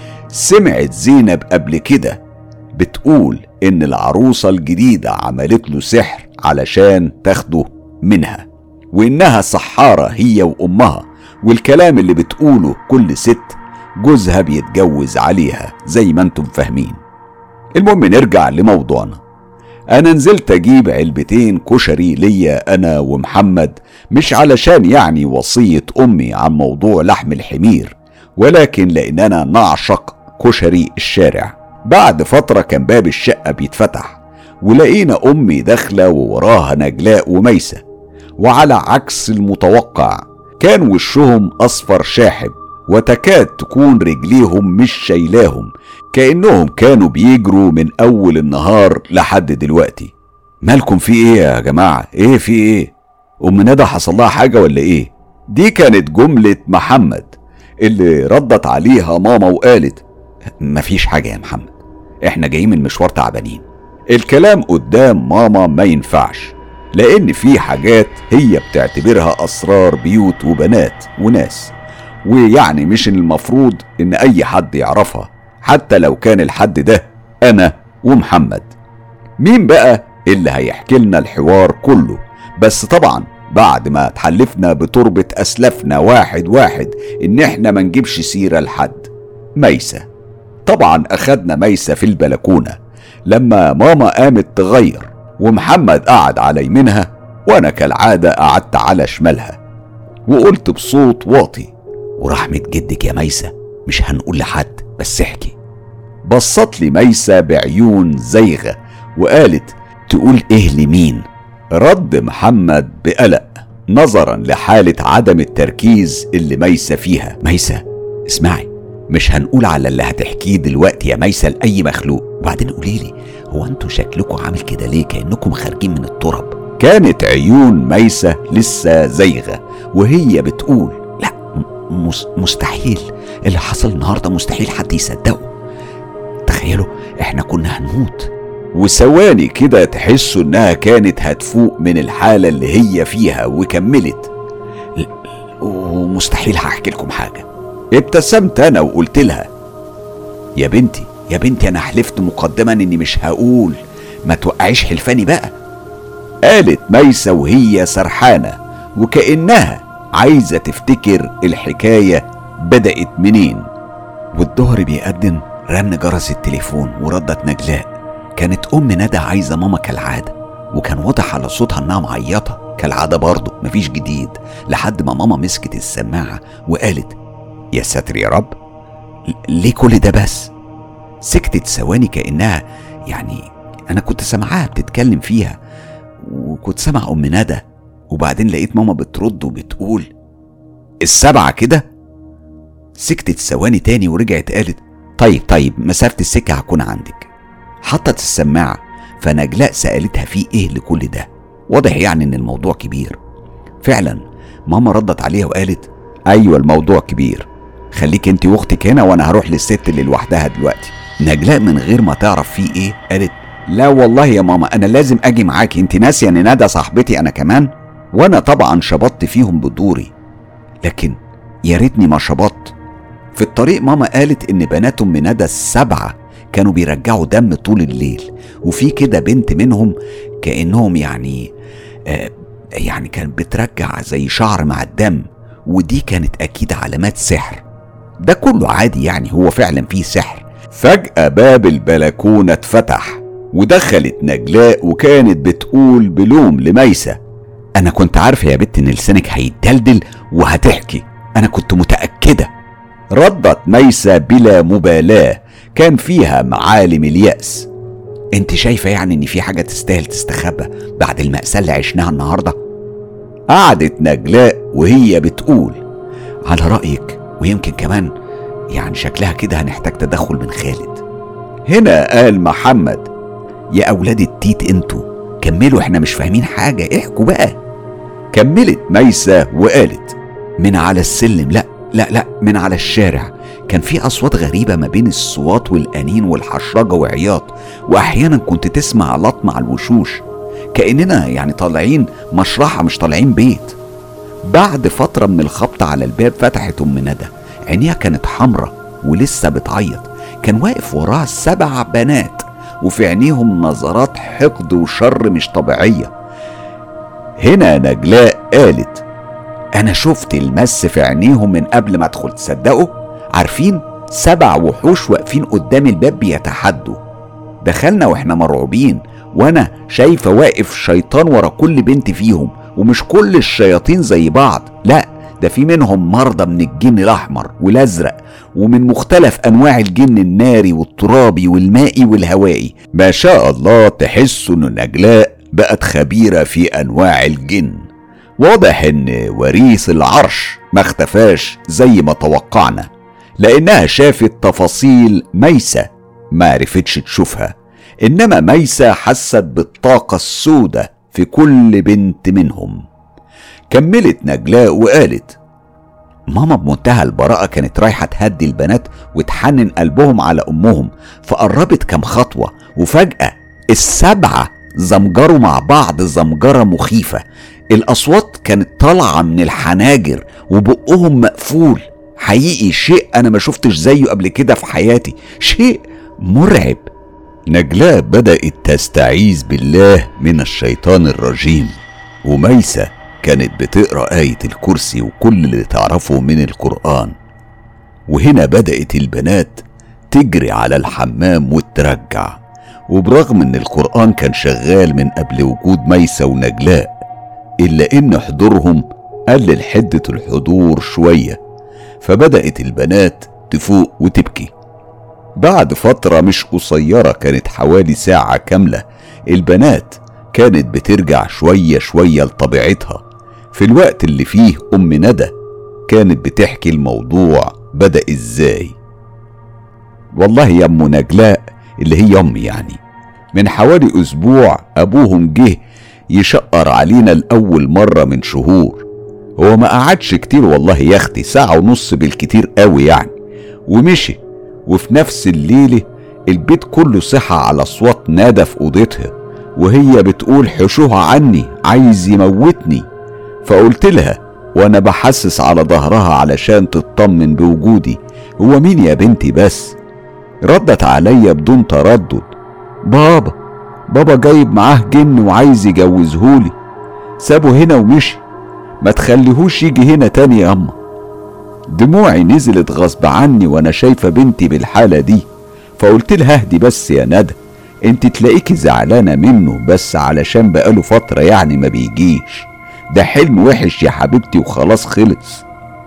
سمعت زينب قبل كده بتقول ان العروسة الجديدة عملت له سحر علشان تاخده منها، وانها سحارة هي وامها، والكلام اللي بتقوله كل ست جوزها بيتجوز عليها زي ما انتم فاهمين. المهم نرجع لموضوعنا. انا نزلت اجيب علبتين كشري ليا انا ومحمد، مش علشان يعني وصية امي عن موضوع لحم الحمير، ولكن لاننا نعشق كشري الشارع. بعد فترة كان باب الشقة بيتفتح، ولقينا امي داخلة ووراها نجلاء وميسة، وعلى عكس المتوقع كان وشهم اصفر شاحب، وتكاد تكون رجليهم مش شايلاهم، كأنهم كانوا بيجروا من اول النهار لحد دلوقتي. مالكم في ايه يا جماعة؟ ايه في ايه؟ ام ندى حصل لها حاجة ولا ايه؟ دي كانت جملة محمد اللي ردت عليها ماما وقالت: مفيش حاجة يا محمد، احنا جايين من مشوار تعبانين. الكلام قدام ماما ما ينفعش، لان في حاجات هي بتعتبرها اسرار بيوت وبنات وناس، ويعني مش المفروض ان اي حد يعرفها، حتى لو كان الحد ده انا ومحمد. مين بقى اللي هيحكي لنا الحوار كله؟ بس طبعا بعد ما تحلفنا بتربة اسلافنا واحد واحد ان احنا ما نجيبش سيرة لحد. ميسة طبعا اخدنا ميسة في البلكونة لما ماما قامت تغير، ومحمد قعد على يمينها وانا كالعادة قعدت على شمالها، وقلت بصوت واطي: ورحمة جدك يا ميسة مش هنقول لحد، بس احكي. بصت لي ميسة بعيون زيغة وقالت: تقول ايه لمين؟ رد محمد بقلق نظرا لحالة عدم التركيز اللي ميسة فيها. ميسة اسمعي، مش هنقول على اللي هتحكيه دلوقتي يا ميسة لأي مخلوق، وبعدين قوليلي هو انتوا شكلكوا عامل كده ليه كأنكم خارجين من التراب؟ كانت عيون ميسة لسه زيغة وهي بتقول: لا مستحيل اللي حصل النهاردة، مستحيل حد يصدقه. تخيلوا احنا كنا هنموت. وثواني كده تحسوا انها كانت هتفوق من الحالة اللي هي فيها وكملت: ومستحيل هحكي لكم حاجة. ابتسمت انا وقلت لها: يا بنتي انا حلفت مقدما اني مش هقول، ما توقعيش حلفاني بقى. قالت ميسة وهي سرحانة وكأنها عايزة تفتكر الحكاية بدأت منين. والظهر بيقدم رن جرس التليفون وردت نجلاء. كانت ام ندى عايزة ماما كالعادة، وكان واضح على صوتها انها معيطة كالعادة برضه، مفيش جديد، لحد ما ماما مسكت السماعة وقالت: يا ساتر يا رب، ليه كل ده بس؟ سكتت ثواني كأنها يعني انا كنت سامعاها بتتكلم فيها، وكنت سامع ام ندى، وبعدين لقيت ماما بترد وبتقول: 7 كده؟ سكتت ثواني تاني ورجعت قالت: طيب مسافة السكة هكون عندك. حطت السماعة، فنجلاء سألتها في ايه لكل ده؟ واضح يعني ان الموضوع كبير. فعلا ماما ردت عليها وقالت: ايوه الموضوع كبير، خليك انت واختك هنا وانا هروح للست اللي لوحدها دلوقتي. نجلاء من غير ما تعرف في ايه قالت: لا والله يا ماما انا لازم اجي معاكي، انت ناسيه ان ندى صاحبتي انا كمان؟ وانا طبعا شبطت فيهم بدوري، لكن يا ريتني ما شبطت. في الطريق ماما قالت ان بنات ام ندى 7 كانوا بيرجعوا دم طول الليل، وفي كده بنت منهم كأنهم يعني كانت بترجع زي شعر مع الدم، ودي كانت اكيد علامات سحر. ده كله عادي يعني، هو فعلا فيه سحر. فجأة باب البلكونة اتفتح ودخلت نجلاء وكانت بتقول بلوم لميسة: انا كنت عارفة يا بنت ان لسانك هيتدلدل وهتحكي، انا كنت متأكدة. ردت ميسة بلا مبالاة كان فيها معالم اليأس: انت شايفة يعني ان في حاجة تستاهل تستخبى بعد المأساة اللي عشناها النهاردة؟ قعدت نجلاء وهي بتقول: على رأيك، ويمكن كمان يعني شكلها كده هنحتاج تدخل من خالد. هنا قال محمد: يا اولاد التيت انتوا كملوا، احنا مش فاهمين حاجة، احكوا بقى. كملت ميسة وقالت: من على السلم، لا من على الشارع، كان في اصوات غريبة ما بين الصوات والانين والحشرجة وعياط، واحيانا كنت تسمع لطمع الوشوش كأننا يعني طالعين مشرحة مش طالعين بيت. بعد فترة من الخبط على الباب فتحت ام ندى، عينيها كانت حمرة ولسه بتعيط. كان واقف وراها 7 بنات وفي عينيهم نظرات حقد وشر مش طبيعية. هنا نجلاء قالت: انا شفت المس في عينيهم من قبل ما ادخل، تصدقوا؟ عارفين 7 وحوش واقفين قدام الباب بيتحدوا. دخلنا واحنا مرعوبين، وانا شايفة واقف شيطان ورا كل بنت فيهم، ومش كل الشياطين زي بعض، لا ده في منهم مرضى من الجن الاحمر والازرق، ومن مختلف انواع الجن الناري والترابي والمائي والهوائي. ما شاء الله، تحسوا ان نجلاء بقت خبيرة في انواع الجن. واضح ان وريث العرش ما اختفاش زي ما توقعنا، لانها شافت تفاصيل ميسة ما عرفتش تشوفها، انما ميسة حست بالطاقة السوداء في كل بنت منهم. كملت نجلاء وقالت: ماما بمنتهى البراءة كانت رايحة تهدي البنات وتحنن قلبهم على أمهم، فقربت كم خطوة وفجأة 7 زمجروا مع بعض زمجرة مخيفة. الأصوات كانت طالعة من الحناجر وبقهم مقفول. حقيقي شيء أنا ما شفتش زيه قبل كده في حياتي، شيء مرعب. نجلاء بدأت تستعيذ بالله من الشيطان الرجيم، وميسة كانت بتقرأ آية الكرسي وكل اللي تعرفه من القرآن. وهنا بدأت البنات تجري على الحمام وترجع، وبرغم ان القرآن كان شغال من قبل وجود ميسة ونجلاء، إلا إن حضورهم قلل حدة الحضور شوية، فبدأت البنات تفوق وتبكي. بعد فترة مش قصيرة، كانت حوالي ساعة كاملة، البنات كانت بترجع شوية شوية لطبيعتها. في الوقت اللي فيه أم ندى كانت بتحكي الموضوع بدأ ازاي. والله يا أم نجلاء اللي هي أمي يعني، من حوالي أسبوع أبوهم جه يشقر علينا لأول مرة من شهور. هو ما قعدش كتير والله يا اختي، ساعة ونص بالكتير قوي يعني، ومشي. وفي نفس الليلة البيت كله صحى على أصوات ندى في أوضتها، وهي بتقول حشوها عني، عايز يموتني. فقلت لها وانا بحسس على ظهرها علشان تطمن بوجودي: هو مين يا بنتي بس؟ ردت عليا بدون تردد: بابا جايب معاه جن وعايز يجوزهولي، سابه هنا ومشي، ما تخليهوش يجي هنا تاني يا أما. دموعي نزلت غصب عني وانا شايفة بنتي بالحالة دي. فقلت لها اهدي بس يا ندى، انت تلاقيكي زعلانة منه بس علشان بقاله فترة يعني ما بيجيش، ده حلم وحش يا حبيبتي وخلاص خلص.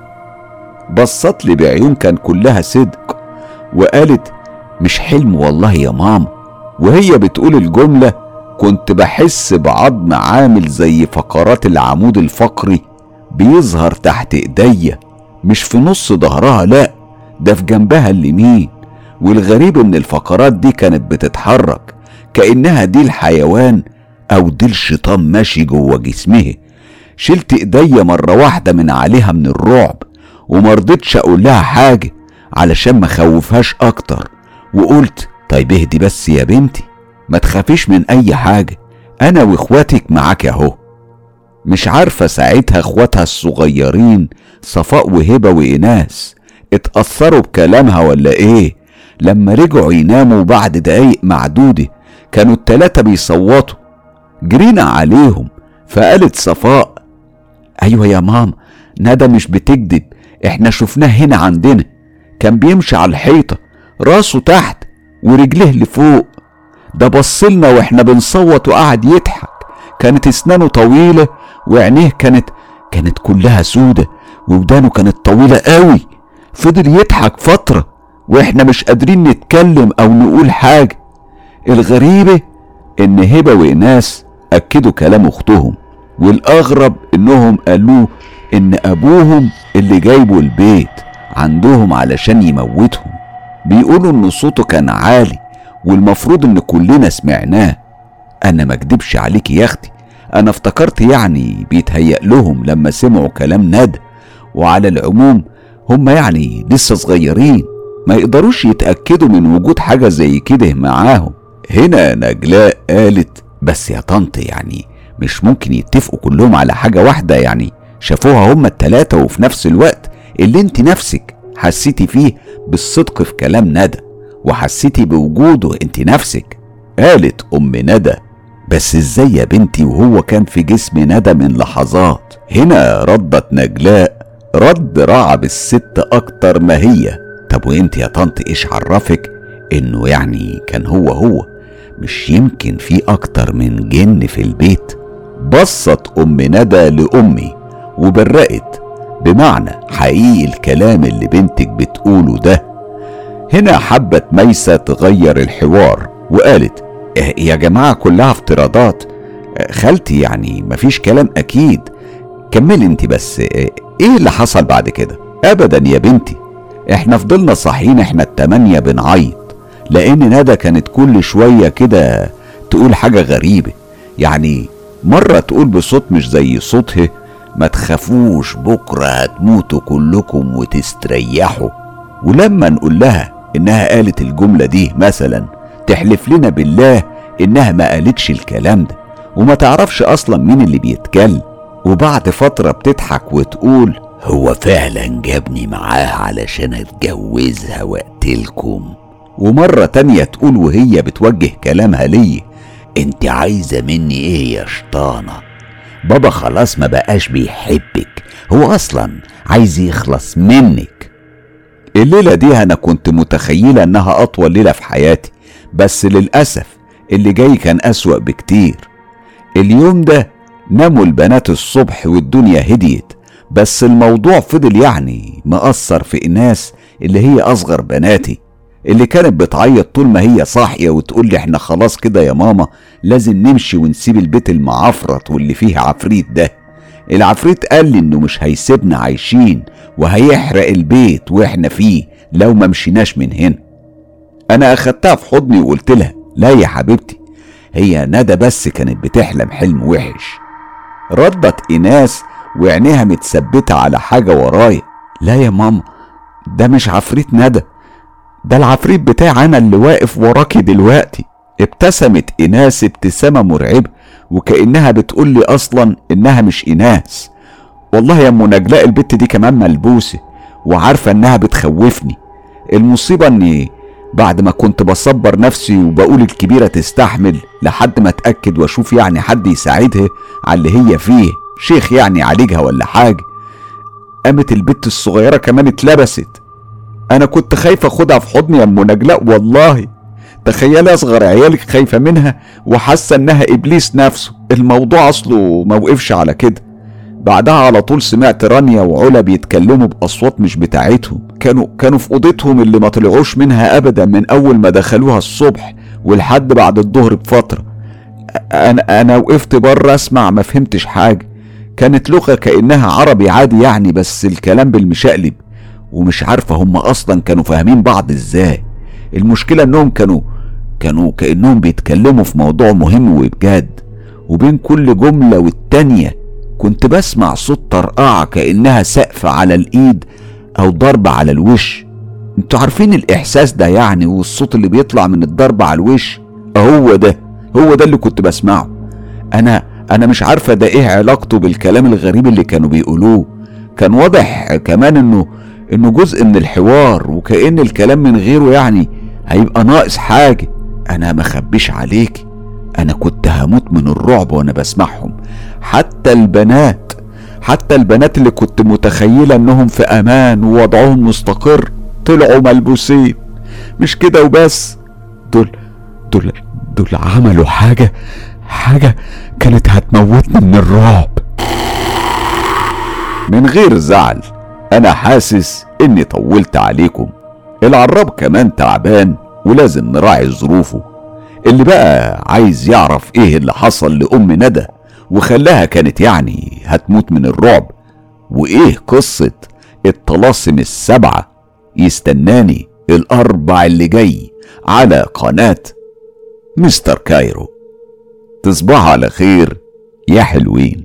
بصت لي بعيون كان كلها صدق وقالت: مش حلم والله يا ماما. وهي بتقول الجملة كنت بحس بعظم عامل زي فقرات العمود الفقري بيظهر تحت ايديا، مش في نص ظهرها، لا ده في جنبها اليمين. والغريب ان الفقرات دي كانت بتتحرك كأنها دي الحيوان او دي الشيطان ماشي جوه جسمها. شلت ايديا مرة واحدة من عليها من الرعب، ومرضتش اقول لها حاجة علشان ما خوفهاش اكتر، وقلت: طيب اهدي بس يا بنتي، ما تخافيش من اي حاجة، انا واخواتك معاك اهو. مش عارفة ساعتها اخواتها الصغيرين صفاء وهبة وإناس اتأثروا بكلامها ولا ايه. لما رجعوا يناموا بعد دقايق معدودة كانوا التلاتة بيصوتوا. جرينا عليهم، فقالت صفاء: ايوه يا ماما، ندى مش بتكذب، احنا شفناه هنا عندنا، كان بيمشي على الحيطة، راسه تحت ورجليه لفوق، ده بصلنا واحنا بنصوت وقعد يضحك، كانت اسنانه طويلة وعينيه كانت كلها سودة، ودانه كانت طويلة قوي. فضل يضحك فترة واحنا مش قادرين نتكلم او نقول حاجة. الغريبة ان هبة وإناس اكدوا كلام اختهم، والاغرب انهم قالوا ان ابوهم اللي جايبه البيت عندهم علشان يموتهم. بيقولوا ان صوته كان عالي والمفروض ان كلنا سمعناه. انا ما اكدبش عليكي يا اختي، انا افتكرت يعني بيتهيأ لهم لما سمعوا كلام ندى، وعلى العموم هم يعني لسه صغيرين ما يقدروش يتأكدوا من وجود حاجة زي كده معاهم. هنا نجلاء قالت: بس يا طنط يعني مش ممكن يتفقوا كلهم على حاجة واحدة، يعني شافوها هم التلاتة وفي نفس الوقت اللي انت نفسك حسيتي فيه بالصدق في كلام ندى وحسيتي بوجوده انت نفسك. قالت ام ندى: بس ازاي يا بنتي وهو كان في جسم ندى من لحظات؟ هنا ردت نجلاء رد رعب الست اكتر ما هي: طب وانت يا طنط ايش عرفك انه يعني كان هو مش يمكن في اكتر من جن في البيت؟ بصت ام ندى لامي وبرقت: بمعنى حقيقي الكلام اللي بنتك بتقوله ده. هنا حبت ميسة تغير الحوار وقالت: يا جماعة كلها افتراضات، خالتي يعني مفيش كلام اكيد، كملي انت بس، ايه اللي حصل بعد كده؟ ابدا يا بنتي، احنا فضلنا صاحيين احنا التمانية بنعيط، لان ندى كانت كل شوية كده تقول حاجة غريبة، يعني مرة تقول بصوت مش زي صوتها: ما تخافوش بكرة هتموتوا كلكم وتستريحوا. ولما نقول لها انها قالت الجملة دي مثلا تحلف لنا بالله انها ما قالتش الكلام ده وما تعرفش اصلا مين اللي بيتكلم. وبعد فترة بتضحك وتقول: هو فعلا جابني معاه علشان اتجوزها واقتلكم. ومرة تانية تقول وهي بتوجه كلامها ليه: انت عايزة مني ايه يا شطانة؟ بابا خلاص ما بقاش بيحبك، هو اصلا عايز يخلص منك. الليلة دي انا كنت متخيلة انها اطول ليلة في حياتي، بس للأسف اللي جاي كان اسوأ بكتير. اليوم ده ناموا البنات الصبح والدنيا هديت، بس الموضوع فضل يعني مأثر في إناس اللي هي أصغر بناتي. اللي كانت بتعيط طول ما هي صاحية وتقول لي احنا خلاص كده يا ماما لازم نمشي ونسيب البيت المعفرط واللي فيه عفريت ده. العفريت قال لي انه مش هيسيبنا عايشين وهيحرق البيت واحنا فيه لو ما مشيناش من هنا. انا اخدتها في حضني وقلت لها لا يا حبيبتي، هي ندى بس كانت بتحلم حلم وحش. ردت ايناس وعينيها متثبتة على حاجة ورايا. لا يا ماما، ده مش عفريت ندى، ده العفريت بتاع انا اللي واقف وراكي دلوقتي. ابتسمت ايناس ابتسامة مرعبة وكأنها بتقول لي اصلا انها مش ايناس. والله يا ام نجلاء البت دي كمان ملبوسة وعارفة انها بتخوفني. المصيبة اني بعد ما كنت بصبر نفسي وبقول الكبيرة تستحمل لحد ما اتأكد واشوف يعني حد يساعدها على اللي هي فيه، شيخ يعني يعالجها ولا حاجة، قامت البت الصغيرة كمان اتلبست. انا كنت خايفة اخدها في حضني يا ام نجلاء والله. تخيلي اصغر عيالك خايفة منها وحاسة انها ابليس نفسه. الموضوع اصله موقفش على كده. بعدها على طول سمعت رانيا وعلا بيتكلموا باصوات مش بتاعتهم، كانوا في اوضتهم اللي ما طلعوش منها ابدا من اول ما دخلوها الصبح ولحد بعد الظهر بفترة. انا وقفت بره اسمع، ما فهمتش حاجة. كانت لغة كأنها عربي عادي يعني، بس الكلام بالمشقلب ومش عارفة هم اصلا كانوا فاهمين بعض ازاي. المشكلة انهم كانوا كأنهم بيتكلموا في موضوع مهم وبجد، وبين كل جملة والتانية كنت بسمع صوت طرقعة كأنها سقف على الايد او ضرب على الوش. انتوا عارفين الاحساس ده يعني، والصوت اللي بيطلع من الضرب على الوش هو ده اللي كنت بسمعه. انا مش عارفة ده ايه علاقته بالكلام الغريب اللي كانوا بيقولوه. كان واضح كمان انه جزء من الحوار، وكأن الكلام من غيره يعني هيبقى ناقص حاجة. انا ما خبيش عليك، انا كنت هموت من الرعب وانا بسمعهم. حتى البنات اللي كنت متخيلة انهم في امان ووضعهم مستقر طلعوا ملبوسين. مش كده وبس، دول عملوا حاجة كانت هتموتني من الرعب. من غير زعل، انا حاسس اني طولت عليكم. العراب كمان تعبان ولازم نراعي ظروفه. اللي بقى عايز يعرف ايه اللي حصل لأم ندى وخلاها كانت يعني هتموت من الرعب، وايه قصة الطلاسم السبعة، يستناني الأربع اللي جاي على قناة مستر كايرو. تصبحوا على خير يا حلوين.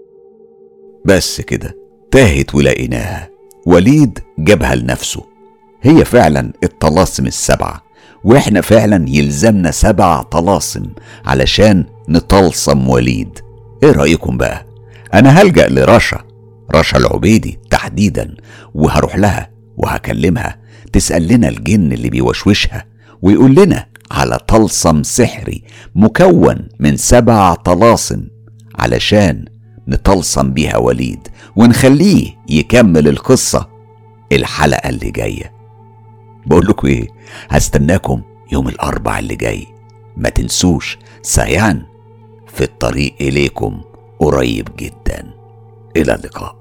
بس كده تاهت ولقيناها. وليد جابها لنفسه، هي فعلا الطلاسم السبعة، واحنا فعلا يلزمنا 7 طلاسم علشان نطلسم وليد. ايه رأيكم بقى؟ انا هلجأ لرشا العبيدي تحديدا، وهروح لها وهكلمها تسأل لنا الجن اللي بيوشوشها ويقول لنا على طلسم سحري مكون من 7 طلاسم علشان نطلسم بيها وليد ونخليه يكمل القصة الحلقة اللي جاية. بقول لكم ايه، هستناكم يوم الأربع اللي جاي. ما تنسوش سيان في الطريق إليكم قريب جدا. إلى اللقاء.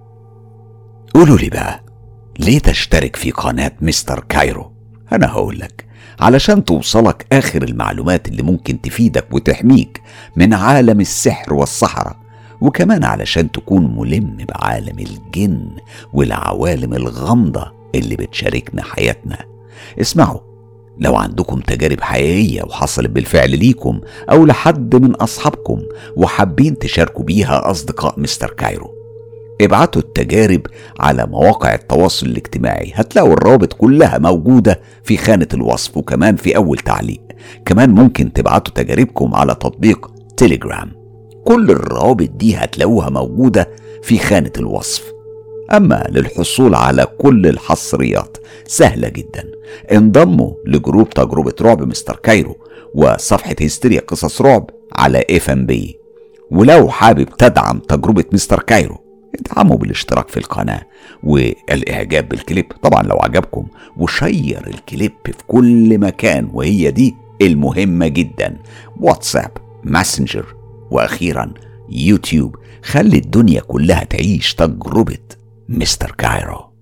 قولوا لي بقى، ليه تشترك في قناة مستر كايرو؟ أنا هقولك، علشان توصلك آخر المعلومات اللي ممكن تفيدك وتحميك من عالم السحر والسحرة، وكمان علشان تكون ملم بعالم الجن والعوالم الغامضة اللي بتشاركنا حياتنا. اسمعوا، لو عندكم تجارب حقيقية وحصلت بالفعل ليكم أو لحد من أصحابكم وحابين تشاركوا بيها أصدقاء مستر كايرو، ابعتوا التجارب على مواقع التواصل الاجتماعي. هتلاقوا الروابط كلها موجودة في خانة الوصف وكمان في أول تعليق. كمان ممكن تبعتوا تجاربكم على تطبيق تيليجرام. كل الروابط دي هتلاقوها موجودة في خانة الوصف. أما للحصول على كل الحصريات سهلة جدا، انضموا لجروب تجربة رعب مستر كايرو وصفحة هستيريا قصص رعب على FMB. ولو حابب تدعم تجربة مستر كايرو، ادعموا بالاشتراك في القناة والإعجاب بالكليب طبعا لو عجبكم، وشير الكليب في كل مكان، وهي دي المهمة جدا. واتساب، ماسنجر، وأخيرا يوتيوب. خلي الدنيا كلها تعيش تجربة مستر كايرو.